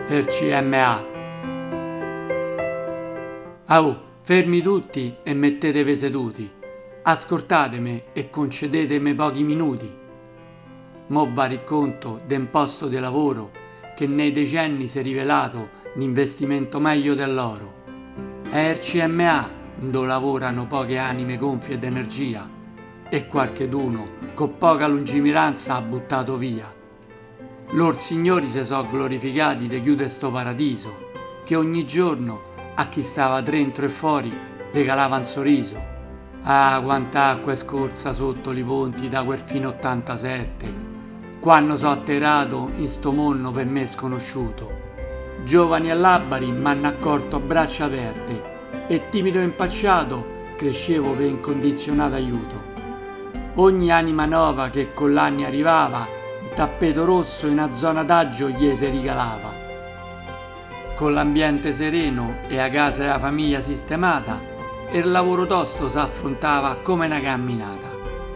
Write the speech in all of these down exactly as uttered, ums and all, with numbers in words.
R C M A. Au, fermi tutti e mettetevi seduti, ascoltatemi e concedetemi pochi minuti. Mo va racconto d'un posto di lavoro che nei decenni si è rivelato l'investimento meglio dell'oro. È R C M A, dove lavorano poche anime gonfie d'energia e qualcheduno con poca lungimiranza ha buttato via. Lor signori se so glorificati de chiude sto paradiso, che ogni giorno a chi stava dentro e fuori regalava un sorriso. Ah, quanta acqua è scorsa sotto li ponti da quel fine ottantasette, quando so atterrato in sto mondo per me sconosciuto. Giovani e labari m'hanno accolto a braccia aperte e timido e impacciato crescevo per incondizionato aiuto. Ogni anima nova che con l'anni arrivava, tappeto rosso in una zona d'agio gli si regalava. Con l'ambiente sereno e a casa e la famiglia sistemata, il lavoro tosto s'affrontava come una camminata.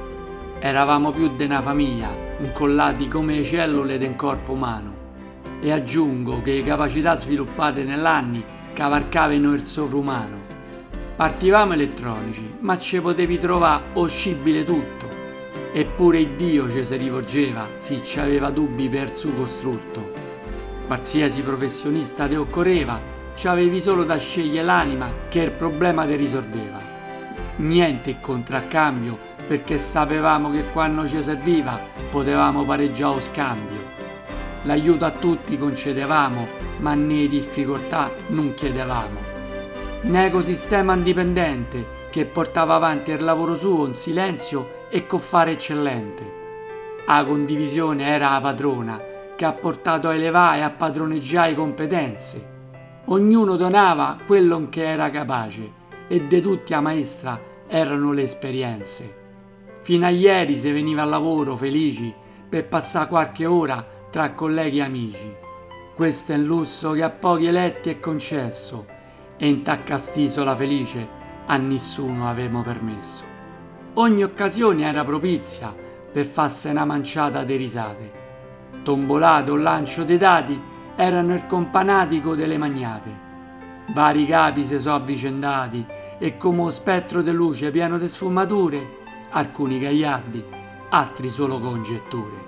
Eravamo più di una famiglia, incollati come le cellule del corpo umano. E aggiungo che le capacità sviluppate nell'anni cavalcavano il sovrumano. Partivamo elettronici, ma ci potevi trovare oscibile tutto. Eppure Dio ci si rivolgeva se ci aveva dubbi per il suo costrutto. Qualsiasi professionista ti occorreva, ci avevi solo da scegliere l'anima che il problema ti risolveva. Niente in contraccambio, perché sapevamo che quando ci serviva potevamo pareggiare lo scambio. L'aiuto a tutti concedevamo, ma né difficoltà non chiedevamo. Un ecosistema indipendente che portava avanti il lavoro suo in silenzio e con fare eccellente. La condivisione era la padrona che ha portato a elevare e a padroneggiare competenze. Ognuno donava quello che era capace e de tutti a maestra erano le esperienze. Fino a ieri si veniva al lavoro felici per passare qualche ora tra colleghi e amici. Questo è un lusso che a pochi eletti è concesso e intacca st'isola felice a nessuno avevamo permesso. Ogni occasione era propizia per farsi una manciata di risate. Tombolate o lancio dei dati erano il companatico delle magnate. Vari capi si sono avvicendati e come uno spettro di luce pieno di sfumature, alcuni gagliardi, altri solo congetture.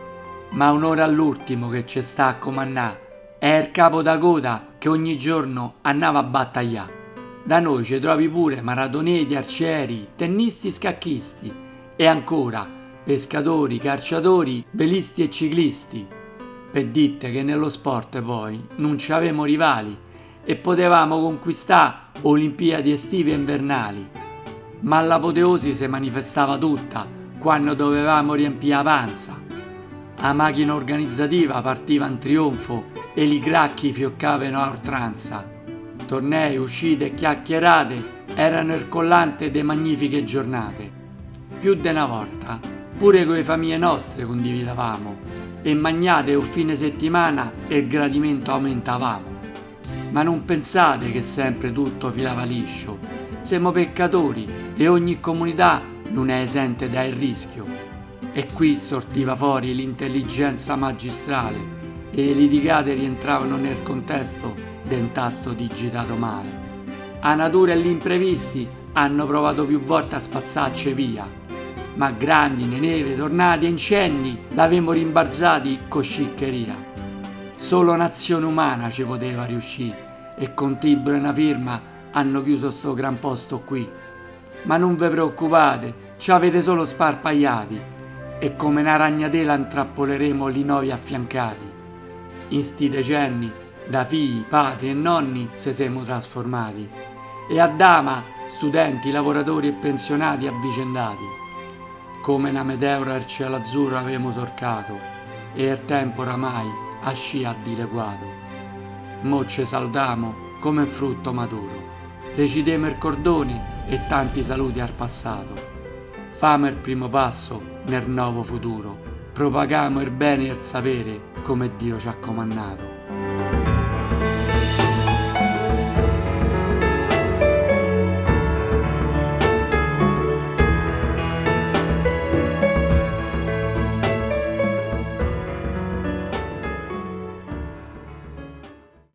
Ma un'ora all'ultimo che ci sta a comandare è il capo da coda che ogni giorno andava a battagliare. Da noi ci trovi pure maratoneti, arcieri, tennisti, scacchisti e ancora pescatori, calciatori, velisti e ciclisti. Per ditte che nello sport poi non ci avevamo rivali e potevamo conquistare Olimpiadi estive e invernali. Ma l'apoteosi si manifestava tutta quando dovevamo riempire la panza. La macchina organizzativa partiva in trionfo e i cracchi fioccavano a oltranza. Tornei, uscite e chiacchierate erano il collante de magnifiche giornate. Più di una volta, pure con le famiglie nostre condividevamo e magnate o fine settimana il gradimento aumentavamo. Ma non pensate che sempre tutto filava liscio. Siamo peccatori e ogni comunità non è esente dal rischio. E qui sortiva fuori l'intelligenza magistrale e le litigate rientravano nel contesto del tasto digitato male. A natura e gli imprevisti hanno provato più volte a spazzarci via, ma grandine, neve, tornati e incendi l'avevamo rimbalzati con sciccheria. Solo nazione umana ci poteva riuscire e con timbro e una firma hanno chiuso sto gran posto qui. Ma non ve preoccupate, ci avete solo sparpagliati e come una ragnatela intrappoleremo li nuovi affiancati. In sti decenni da figli, padri e nonni se siamo trasformati e a dama, studenti, lavoratori e pensionati avvicendati. Come una meteora il cielo azzurro avevamo sorcato e il tempo oramai a sci ha dileguato. Mo ci salutamo come un frutto maturo, recitemo il cordone e tanti saluti al passato. Famo il primo passo nel nuovo futuro, propagamo il bene e il sapere come Dio ci ha comandato.